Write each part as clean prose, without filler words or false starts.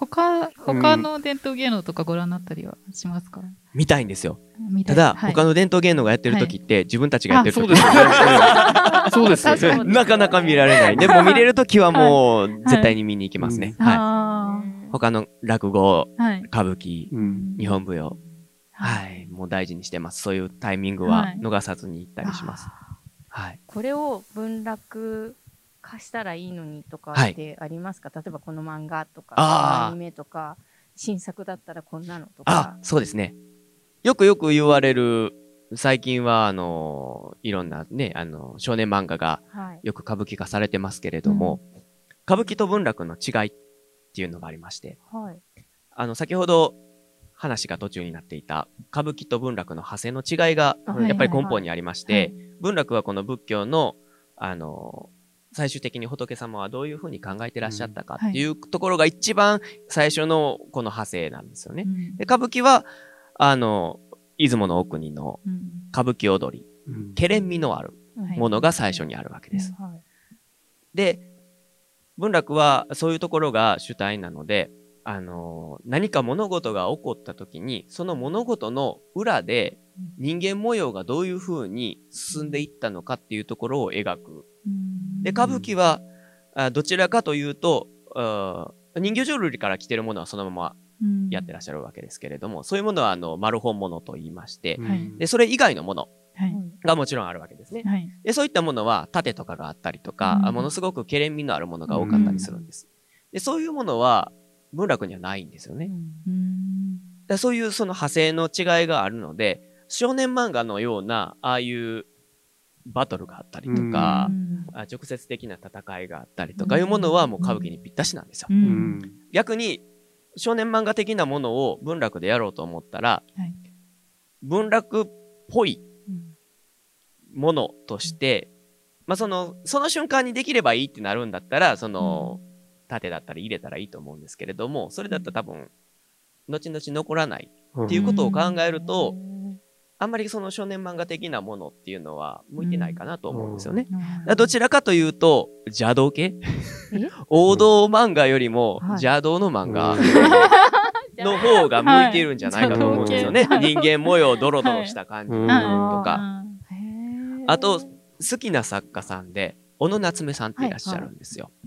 他の伝統芸能とかご覧になったりはしますか？ 見たいんですよ。ただ、他の伝統芸能がやってる時って、自分たちがやってる時そうですよね。 なかなか見られない。でも見れる時はもう絶対に見に行きますね。はい。他の落語、歌舞伎、日本舞踊、はい、もう大事にしてます。そういうタイミングは逃さずに行ったりします。はい。 これを文楽化したらいいのにとかってありますか？例えばこの漫画とかアニメとか新作だったらこんなのとか。 そうですね。よく言われる、最近はいろんなね、少年漫画がよく歌舞伎化されてますけれども、歌舞伎と文楽の違いっていうのがありまして、先ほど話が途中になっていた歌舞伎と文楽の派生の違いがやっぱり根本にありまして、文楽はこの仏教の最終的に仏様はどういうふうに考えてらっしゃったかっていうところが一番最初のこの派生なんですよね。で、歌舞伎は出雲の奥にの歌舞伎踊り、けれんみのあるものが最初にあるわけです。で、文楽はそういうところが主体なので、何か物事が起こった時に、その物事の裏で人間模様がどういうふうに進んでいったのかっていうところを描く。で、歌舞伎はどちらかというと、人形浄瑠璃から来てるものはそのままやってらっしゃるわけですけれども、そういうものは丸本物と言いまして、でそれ以外のものがもちろんあるわけですね。でそういったものは盾とかがあったりとか、ものすごくけれんみのあるものが多かったりするんです。でそういうものは文楽にはないんですよね。だそういうその派生の違いがあるので、少年漫画のようなああいうバトルがあったりとか、直接的な戦いがあったりとかいうものはもう歌舞伎にぴったしなんですよ。逆に少年漫画的なものを文楽でやろうと思ったら、文楽っぽいものとして、その瞬間にできればいいってなるんだったら、盾だったり入れたらいいと思うんですけれども、それだったら多分後々残らないっていうことを考えると、あんまりその少年漫画的なものっていうのは向いてないかなと思うんですよね。どちらかというと邪道系王道漫画よりも邪道の漫画の方が向いているんじゃないかと思うんですよね。人間模様ドロドロした感じとか。あと好きな作家さんで小野夏目さんっていらっしゃるんですよ。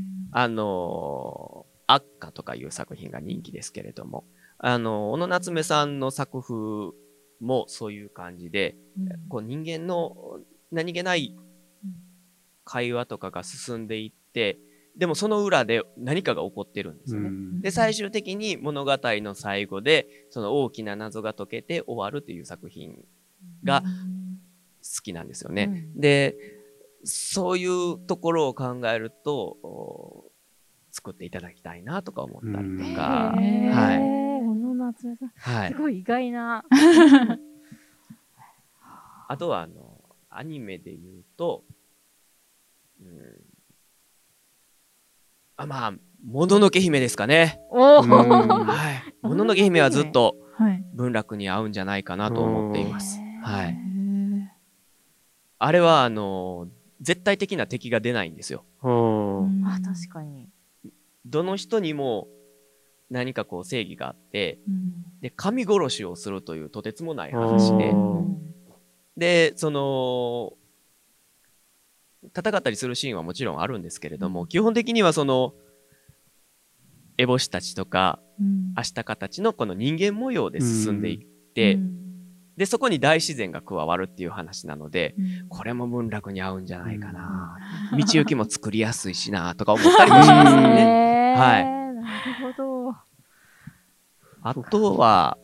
悪歌とかいう作品が人気ですけれども、小野夏目さんの作風もそういう感じで、こう人間の何気ない会話とかが進んでいって、でもその裏で何かが起こってるんですよね。で最終的に物語の最後でその大きな謎が解けて終わるという作品が好きなんですよね。でそういうところを考えると作っていただきたいなとか思ったりとか、 小野夏目さん、すごい意外な。 あとはアニメで言うと、もののけ姫ですかね。もののけ姫はずっと文楽に合うんじゃないかなと思っています。あれは絶対的な敵が出ないんですよ。 確かに。 どの人にも何かこう正義があって、で神殺しをするというとてつもない話で、戦ったりするシーンはもちろんあるんですけれども、基本的には烏帽子たちとかアシタカたちのこの人間模様で進んでいって、でそこに大自然が加わるっていう話なので、これも文楽に合うんじゃないかな、道行きも作りやすいしなとか思ったりもしますよね。 なるほど。 あとは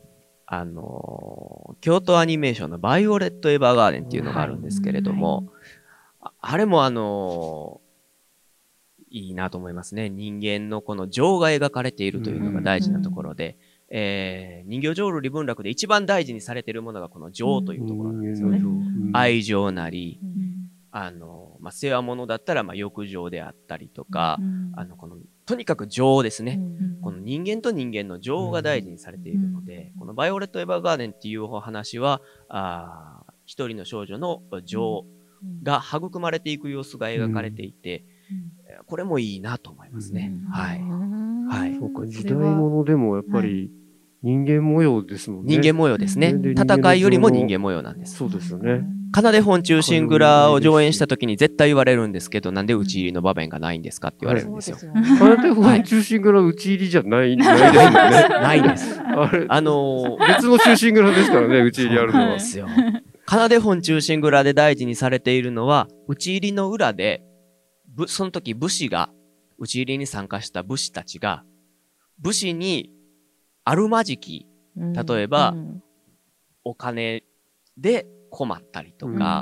京都アニメーションのバイオレット・エヴァーガーデンっていうのがあるんですけれども、あれもいいなと思いますね。人間のこの情が描かれているというのが大事なところで、人形浄瑠璃文楽で一番大事にされているものがこの情というところなんですよね。愛情なり、世話物だったら欲情であったりとか、とにかく情ですね。この人間と人間の情が大事にされているので、このバイオレット・エヴァーガーデンっていうお話は、一人の少女の情が育まれていく様子が描かれていて、これもいいなと思いますね。 はい。 そうか、時代物でもやっぱり人間模様ですもんね。 人間模様ですね。戦いよりも人間模様なんです。 そうですよね。 奏で本忠臣蔵を上演した時に絶対言われるんですけど、なんで打ち入りの場面がないんですかって言われるんですよ。 奏で本忠臣蔵打ち入りじゃないですもんね。 ないんです。あれ、別の忠臣蔵ですからね、打ち入りあるのは。そうですよ。奏で本忠臣蔵で大事にされているのは、打ち入りの裏で、その時武士が、打ち入りに参加した武士たちが、武士にあるまじき、例えば、お金で困ったりとか、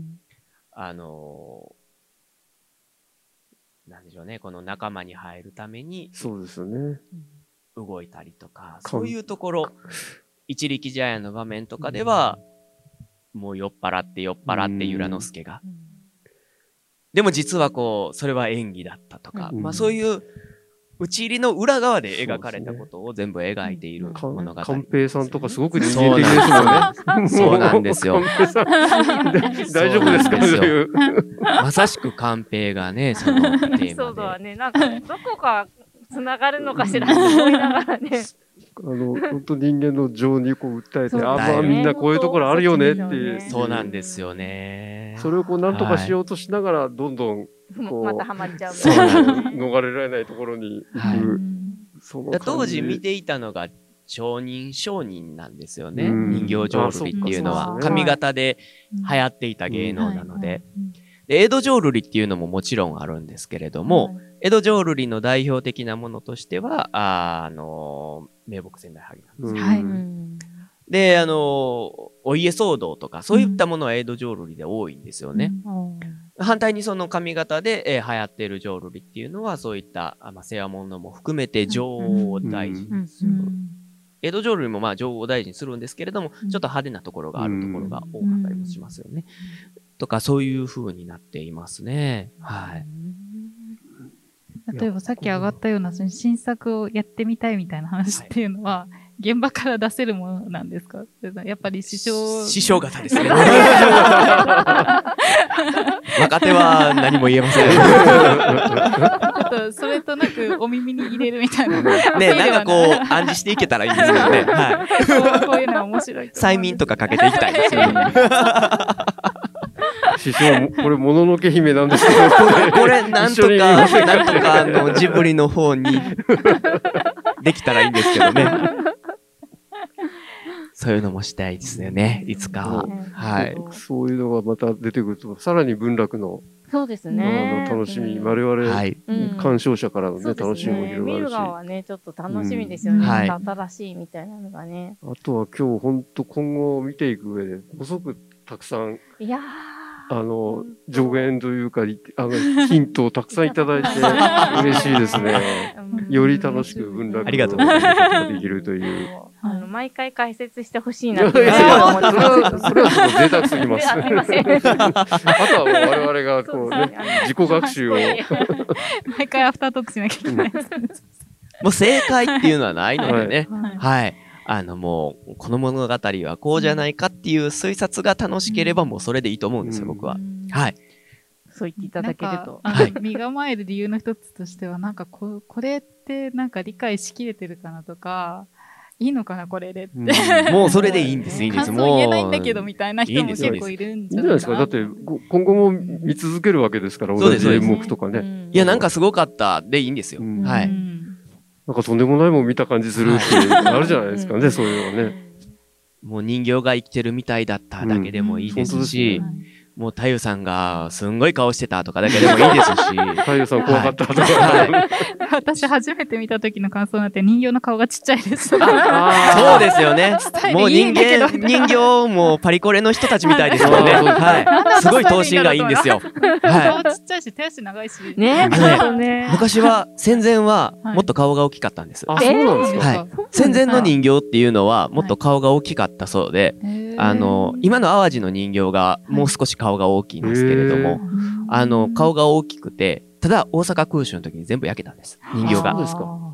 なんでしょうね、この仲間に入るために、 そうですよね。 動いたりとか、そういうところ、一力茶屋の場面とかでは、もう酔っ払って由良之助が。でも実はそれは演技だったとか、まあそういう、打ち入りの裏側で描かれたことを全部描いている物語。 寛平さんとかすごく人間的ですもんね。 そうなんですよ。 大丈夫ですかそういう。 まさしく寛平がね、そのテーマで。エピソードはね、なんかどこか繋がるのかしらと思いながらね。 本当人間の情に訴えて、まあみんなこういうところあるよねっていう。 そうなんですよね。 それをなんとかしようとしながら、どんどん、 またハマっちゃう。 逃れられないところに行く。当時見ていたのが、商人なんですよね。人形浄瑠璃っていうのは、髪型で流行っていた芸能なので。で、江戸浄瑠璃っていうのももちろんあるんですけれども、江戸浄瑠璃の代表的なものとしては、名木仙台萩なんですよ。はい。で、お家騒動とか、そういったものは江戸浄瑠璃で多いんですよね。反対にその髪型で、流行っている浄瑠璃っていうのは、そういった、世話物も含めて情を大事にする。江戸浄瑠璃もまあ情を大事にするんですけれども、ちょっと派手なところがあるところが多かったりもしますよね。とか、そういう風になっていますね。はい。 例えばさっき上がったようなその新作をやってみたいみたいな話っていうのは、現場から出せるものなんですか？やっぱり師匠方ですね。若手は何も言えません。 あとそれとなくお耳に入れるみたいな。 ね、なんか暗示していけたらいいんですけどね。はい。 こういうのは面白い。 催眠とかかけていきたいですよね。 師匠、これ、もののけ姫なんですけど、 これ、なんとか、ジブリの方に、できたらいいんですけどね。そういうのもしたいですよね、いつかは。はい。 そういうのがまた出てくると、さらに文楽の、 そうですね。 楽しみ、我々、鑑賞者からのね、楽しみも広がるし。 見る側はね、ちょっと楽しみですよね。新しいみたいなのがね。 あとは今日、本当今後見ていく上で、細くたくさん、 いや助言というか、ヒントをたくさんいただいて、嬉しいですね。より楽しく文楽をできるという。 毎回解説してほしいなって思ってます。 それはちょっと贅沢すぎます。あとは我々が自己学習を。 毎回アフタートークしなきゃいけないです。 もう正解っていうのはないのでね。はい。もう、この物語はこうじゃないかっていう推察が楽しければもうそれでいいと思うんですよ、僕は。はい。 そう言っていただけると。 身構える理由の一つとしては、なんかこれってなんか理解しきれてるかなとか、いいのかなこれでって。 もうそれでいいんです、いいんです。 もう言えないんだけどみたいな人も結構いるんじゃないですか。 だって今後も見続けるわけですから、同じ演目とかね。 いや、なんかすごかったでいいんですよ。はい。 なんかとんでもないもん見た感じするってあるじゃないですかね、そういうのはね。 もう人形が生きてるみたいだっただけでもいいですし、もう太夫さんがすんごい顔してたとかだけでもいいですし。 太夫さん怖かったとか。 私初めて見た時の感想なんて人形の顔がちっちゃいです。そうですよね。もう人形もパリコレの人たちみたいですもんね。はい。すごい頭身がいいんですよ。 顔ちっちゃいし、手足長いし。 ね。 昔は、戦前はもっと顔が大きかったんです。 あ、そうなんですか。 はい。戦前の人形っていうのはもっと顔が大きかったそうで、今の淡路の人形がもう少し顔が大きいんですけれども、顔が大きくて、ただ大阪空襲の時に全部焼けたんです。人形が。 そうですか。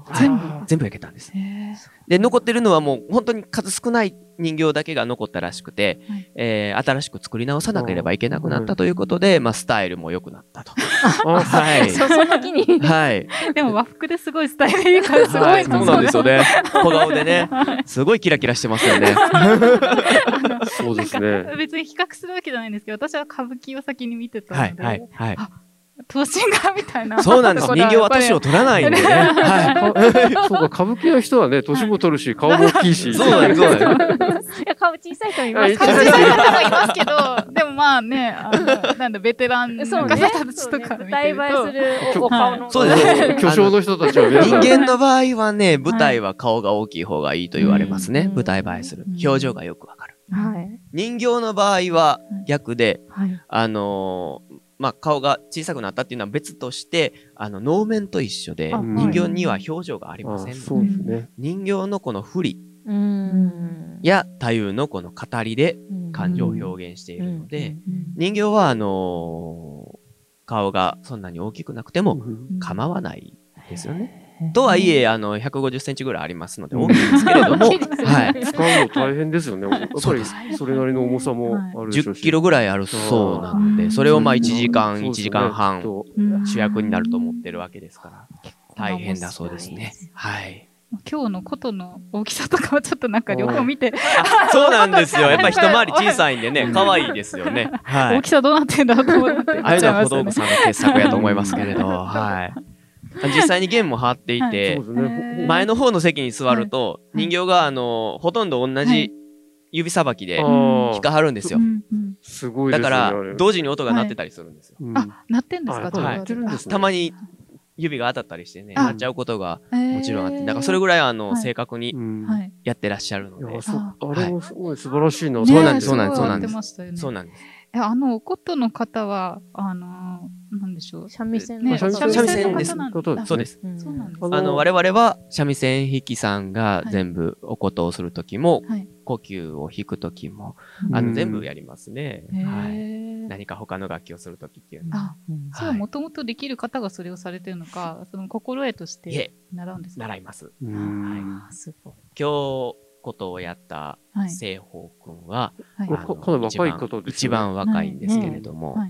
全部焼けたんです。で、残ってるのはもう本当に数少ない人形だけが残ったらしくて、新しく作り直さなければいけなくなったということで、まあ、スタイルも良くなったと。 はい。その時に。 はい。 でも和服ですごいスタイルいいからすごいそうなんですよね。小顔でね、すごいキラキラしてますよね。 そうですね。 別に比較するわけじゃないんですけど、私は歌舞伎を先に見てたので、 はい頭身がみたいな。 そうなんです。人形は年を取らないんでね。 そうか、歌舞伎の人はね、年も取るし、顔も大きいし。 そうなんです、そうなんです。 いや、顔小さい人もいます。 顔小さい方もいますけど、でもまあね、なんだ、ベテランの方たちとか見てると。 舞台映えするお顔の。 そうですね。 巨匠の人たちは人間の場合はね、舞台は顔が大きい方がいいと言われますね。舞台映えする。表情がよくわかる。人形の場合は逆で、まあ、顔が小さくなったっていうのは別として、能面と一緒で、人形には表情がありません。 そうですね。 人形のこの振りや太夫のこの語りで感情を表現しているので、人形は顔がそんなに大きくなくても構わないですよね。とはいえ、150センチぐらいありますので、大きいですけれども、はい。 使うの大変ですよね。やっぱり、それなりの重さもあるでしょうし。 10キロぐらいあるそうなので、それをまあ1時間、1時間半、主役になると思ってるわけですから、大変だそうですね。はい。 今日の琴の大きさとかはちょっとなんか両方見て。 そうなんですよ。やっぱり一回り小さいんでね、可愛いですよね。はい。 大きさどうなってんだろうと思って。 ああいうのは小道具さんの傑作やと思いますけれど、はい。実際に弦も張っていて、前の方の席に座ると、人形がほとんど同じ指さばきで弾かはるんですよ。 すごいですね。 だから、同時に音が鳴ってたりするんですよ。 あ、鳴ってんですか？ はい。たまに指が当たったりしてね、鳴っちゃうことがもちろんあって、だからそれぐらい正確にやってらっしゃるので。 あれもすごい素晴らしいな。 そうなんです、そうなんです、そうなんです。そうなんです。 お琴の方は、なんでしょう。 三味線の方です。そうです。我々は三味線弾きさんが全部お琴をするときも、呼吸を弾くときも、全部やりますね。何か他の楽器をするときっていうのは。 それはもともとできる方がそれをされてるのか、その心得として習うんですか？ 習います。今日、ことをやった聖宝くんは、一番若いんですけれども、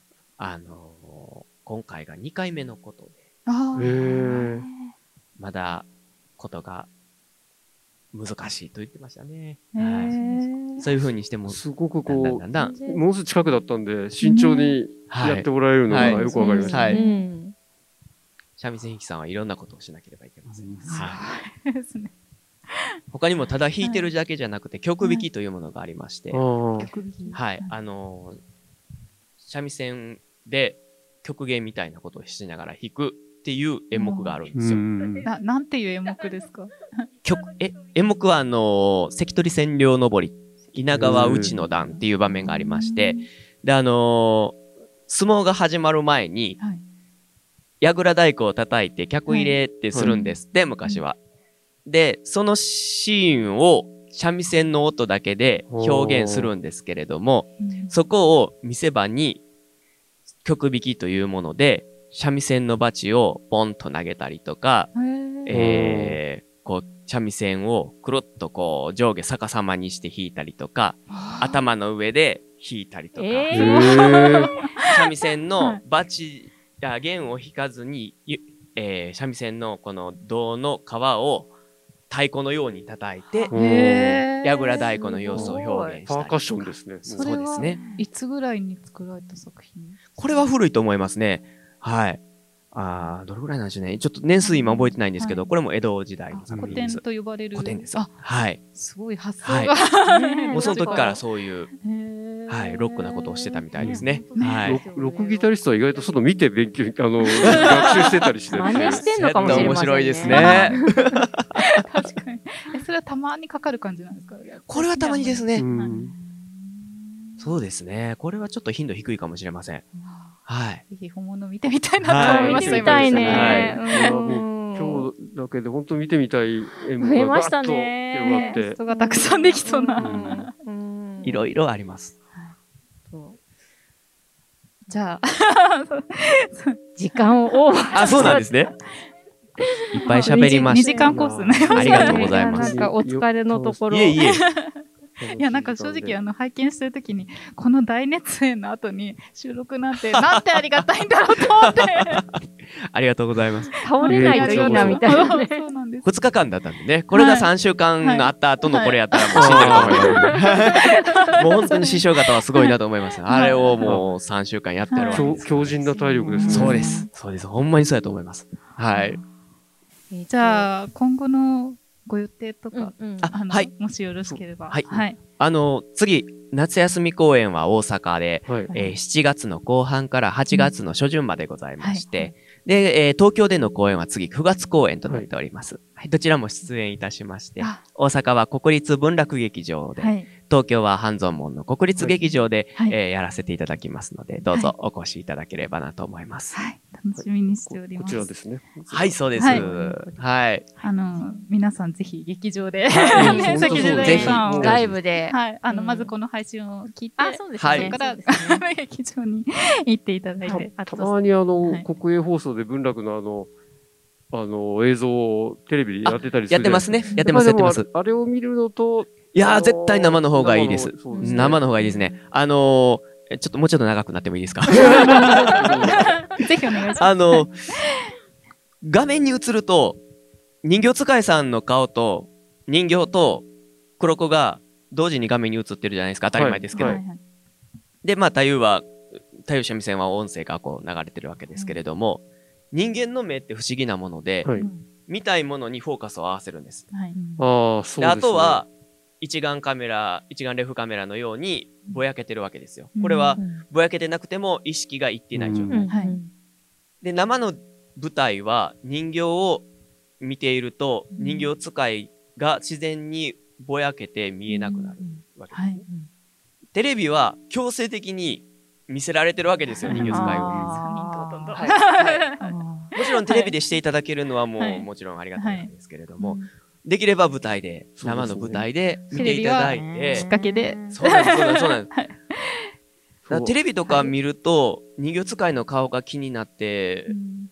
今回が2回目のことで、まだことが難しいと言ってましたね。そういう風にしても、 すごくこう、もうすぐ近くだったんで、慎重にやってもらえるのがよくわかりました。 三味線弾きさんはいろんなことをしなければいけません。他にもただ弾いてるだけじゃなくて曲弾きというものがありまして、はい、三味線で曲芸みたいなことをしながら弾くっていう演目があるんですよ。 なんていう演目ですか？ 演目は関取千両のぼり、稲川内の段っていう場面がありまして、で相撲が始まる前に、櫓太鼓を叩いて客入れってするんですって、昔は。で、そのシーンを三味線の音だけで表現するんですけれども、そこを見せ場に曲弾きというもので、三味線のバチをポンと投げたりとか、こう、三味線をくるっとこう上下逆さまにして弾いたりとか、頭の上で弾いたりとか、三味線のバチや弦を弾かずに、三味線のこの胴の皮を太鼓のように叩いて、櫓太鼓の様子を表現したり。 パーカッションですね。 そうですね。 いつぐらいに作られた作品？ これは古いと思いますね。はい。どれぐらいなんでしょうね。ちょっと年数今覚えてないんですけど、これも江戸時代の作品です。 古典と呼ばれる。 古典です。はい。 すごい発想が。 もうその時からそういう、はい、ロックなことをしてたみたいですね。はい。 ロックギタリストは意外と外見て勉強、学習してたりして。 真似してんのかもしれませんね。 面白いですね。 確かに。それはたまにかかる感じなんですか？ これはたまにですね。そうですね。これはちょっと頻度低いかもしれません。はい。 ぜひ本物見てみたいなと思いました。 見てみたいね。 今日だけで本当見てみたい演目がバッと広がって。 人がたくさんできそうな。 いろいろあります。 じゃあ、 時間をオーバー。 そうなんですね。 いっぱい喋りました。 2時間コースね。 ありがとうございます。 なんかお疲れのところ。 いえいえ。 いや、なんか正直拝見してるときに、この大熱演の後に収録なんて、なんてありがたいんだろうと思って。 ありがとうございます。 倒れないといいな、みたいなね。 そうなんです。 2日間だったんでね。これが3週間あった後のこれやったらもう死んでると思います。もう本当に師匠方はすごいなと思います。あれをもう3週間やってるわけです。 強靭な体力ですね。 そうです。そうです。ほんまにそうやと思います。はい。 じゃあ、今後のご予定とか、 はい。 もしよろしければ。 はい。次、夏休み公演は大阪で、7月の後半から8月の初旬までございまして、で、東京での公演は次9月公演となっております。はい。どちらも出演いたしまして、大阪は国立文楽劇場で、東京は半蔵門の国立劇場で、やらせていただきますので、どうぞお越しいただければなと思います。 はい。楽しみにしております。 こちらですね。 はい、そうです。はい。 皆さんぜひ劇場で、 ぜひライブで、 はい。まずこの配信を聞いて、 そうですね。 そこから劇場に行っていただいて。 たまに国営放送で文楽の映像をテレビでやってたりする。 やってますね。やってます。 あれを見るのと、 いやー、絶対生の方がいいです。生の方がいいですね。ちょっともうちょっと長くなってもいいですか？ぜひお願いします。 画面に映ると、人形使いさんの顔と人形と黒子が同時に画面に映ってるじゃないですか。当たり前ですけど。で、まあ、太夫三味線は音声がこう流れてるわけですけれども、人間の目って不思議なもので、見たいものにフォーカスを合わせるんです。 そうですね。 あとは、一眼レフカメラのようにぼやけてるわけですよ。これはぼやけてなくても意識がいってない状態。で、生の舞台は人形を見ていると、人形使いが自然にぼやけて見えなくなるわけですね。テレビは強制的に見せられてるわけですよ、人形使いを。もちろんテレビでしていただけるのはもちろんありがたいんですけれども、できれば舞台で、生の舞台で見ていただいて。 きっかけで。 そうなんです。テレビとか見ると、人形使いの顔が気になって、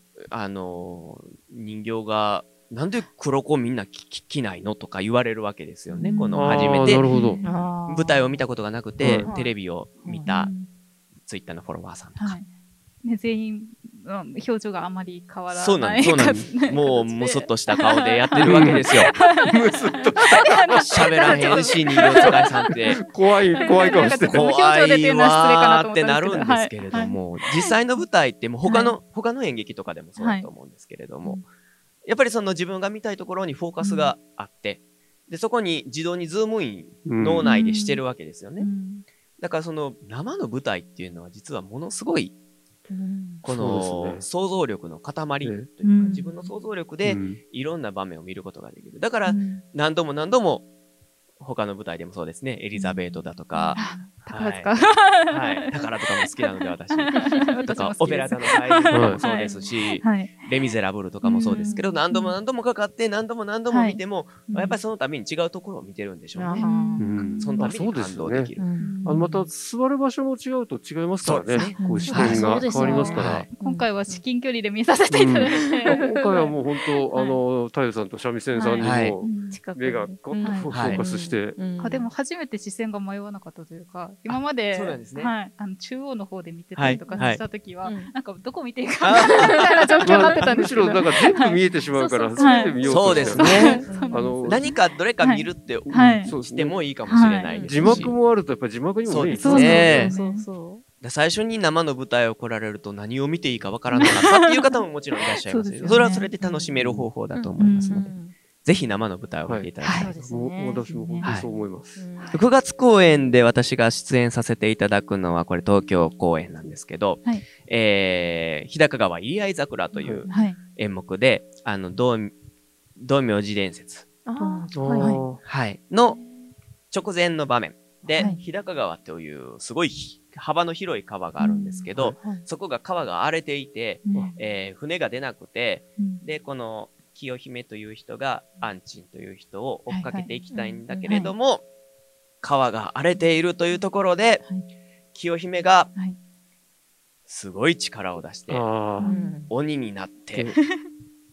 人形が、なんで黒子みんな着ないのとか言われるわけですよね。初めて、舞台を見たことがなくて、テレビを見た、ツイッターのフォロワーさんとか。 全員、表情があまり変わらない。 そうなんです。もう、むすっとした顔でやってるわけですよ。 むすっと喋らへんし、人形使いさんって。 怖い顔して怖いわーってなるんですけれども、実際の舞台ってもう他の演劇とかでもそうだと思うんですけれども、やっぱりその自分が見たいところにフォーカスがあって、で、そこに自動にズームイン、脳内でしてるわけですよね。だからその生の舞台っていうのは実はものすごい、この想像力の塊というか、自分の想像力でいろんな場面を見ることができる。だから何度も他の舞台でもそうですね、エリザベートだとか、 宝塚。 宝とかも好きなので私。とか、オペラ座の怪人もそうですし、レ・ミゼラブルとかもそうですけど、何度もかかって何度も見ても、やっぱりその度に違うところを見てるんでしょうね。その度に感動できる。 また座る場所も違うと違いますからね。こう視点が変わりますから。 今回は至近距離で見させていただいて。 今回はもう本当、太夫さんと三味線さんにも目がゴッとフォーカスして。 でも初めて視線が迷わなかったというか、今まで、中央の方で見てたりとかしたときは、なんかどこ見ていいかみたいな状況になってたんですけど。 むしろなんか全部見えてしまうから、全て見ようと。 そうですね。何かどれか見るってしてもいいかもしれないですし。 字幕もあるとやっぱり字幕にもね。 そうですね。最初に生の舞台を来られると何を見ていいかわからなかったっていう方ももちろんいらっしゃいます。それはそれで楽しめる方法だと思いますので。ぜひ生の舞台を見ていただきたいです。 私も本当にそう思います。 9月公演で私が出演させていただくのは、これ東京公演なんですけど、日高川入合桜という演目で、道明寺伝説の直前の場面で、日高川というすごい幅の広い川があるんですけど、そこが川が荒れていて、船が出なくて、で、この清姫という人が安珍という人を追っかけていきたいんだけれども、川が荒れているというところで、清姫がすごい力を出して、鬼になって、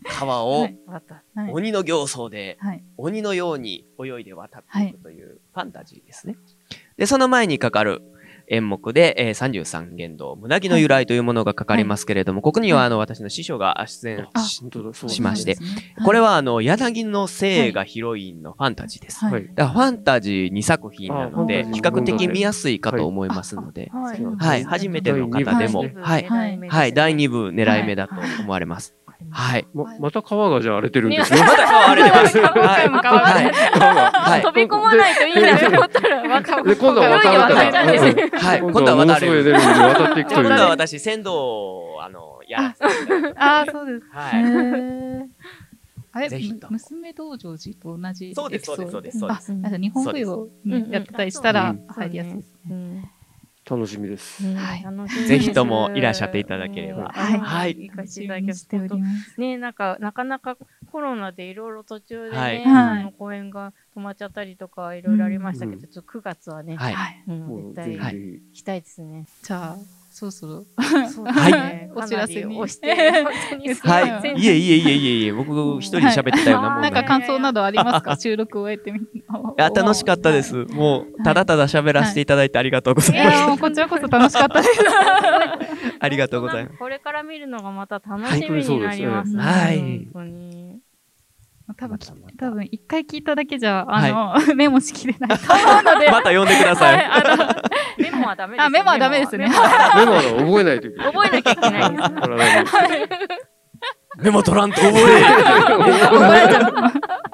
川をはい鬼の形相ではい鬼のように泳いで渡っていくというファンタジーですね。で、その前にかかる演目で、33言動、胸木の由来というものがかかりますけれども、ここには私の師匠が出演しまして、これは柳の生がヒロインのファンタジーです。 はいだからファンタジー2作品なので、比較的見やすいかと思いますので、はい、初めての方でも、はい、はい、第2部狙い目だと思われます。はい。 また川がじゃあ荒れてるんですね。 また川荒れてます。 はい。飛び込まないといいなと思ったら、 今度は渡るから。 はい。今度は渡る。 渡っていくという。 今度は私、船頭を、やらせていただいて。 ああ、そうです。 はい。 あれ、娘道成寺と同じエピソード。 そうです。 日本舞踊やってたりしたら入りやすいですね。 楽しみです。 ぜひともいらっしゃっていただければ。 はい。 行かせていただきます。ね、なかなかコロナでいろいろ途中でね、公演が止まっちゃったりとかいろいろありましたけど、9月はね、絶対行きたいですね。 じゃあ、そろそろ、 はい。 お知らせに。 はい。 いえ、僕一人で喋ってたようなもんなんか感想などありますか？収録を終えてみて。いや、楽しかったです。もう、ただただ喋らせていただいてありがとうございます。 いや、こちらこそ楽しかったです。 ありがとうございます。 これから見るのがまた楽しみになりますね。 はい。 本当に。 多分一回聞いただけじゃ、メモしきれないと思うので。 また呼んでください。 メモはダメです。 メモはダメですね。 メモは覚えないといけない。 覚えなきゃいけないんです。 メモ取らんと覚えれちゃう。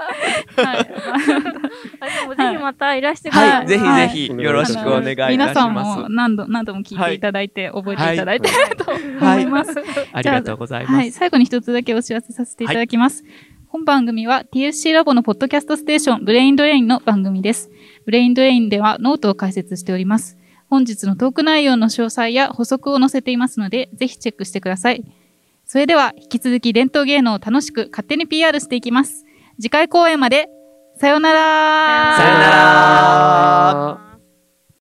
でもぜひまたいらしてください。 はい、ぜひよろしくお願いいたします。 皆さんも何度も聞いていただいて、覚えていただいてと思います。 ありがとうございます。 はい、最後に一つだけお知らせさせていただきます。本番組は TFC ラボのポッドキャストステーションブレインドレインの番組です。ブレインドレインではノートを解説しております。本日のトーク内容の詳細や補足を載せていますので、ぜひチェックしてください。それでは引き続き伝統芸能を楽しく勝手に PR していきます。次回公演まで、さようなら。 さようなら。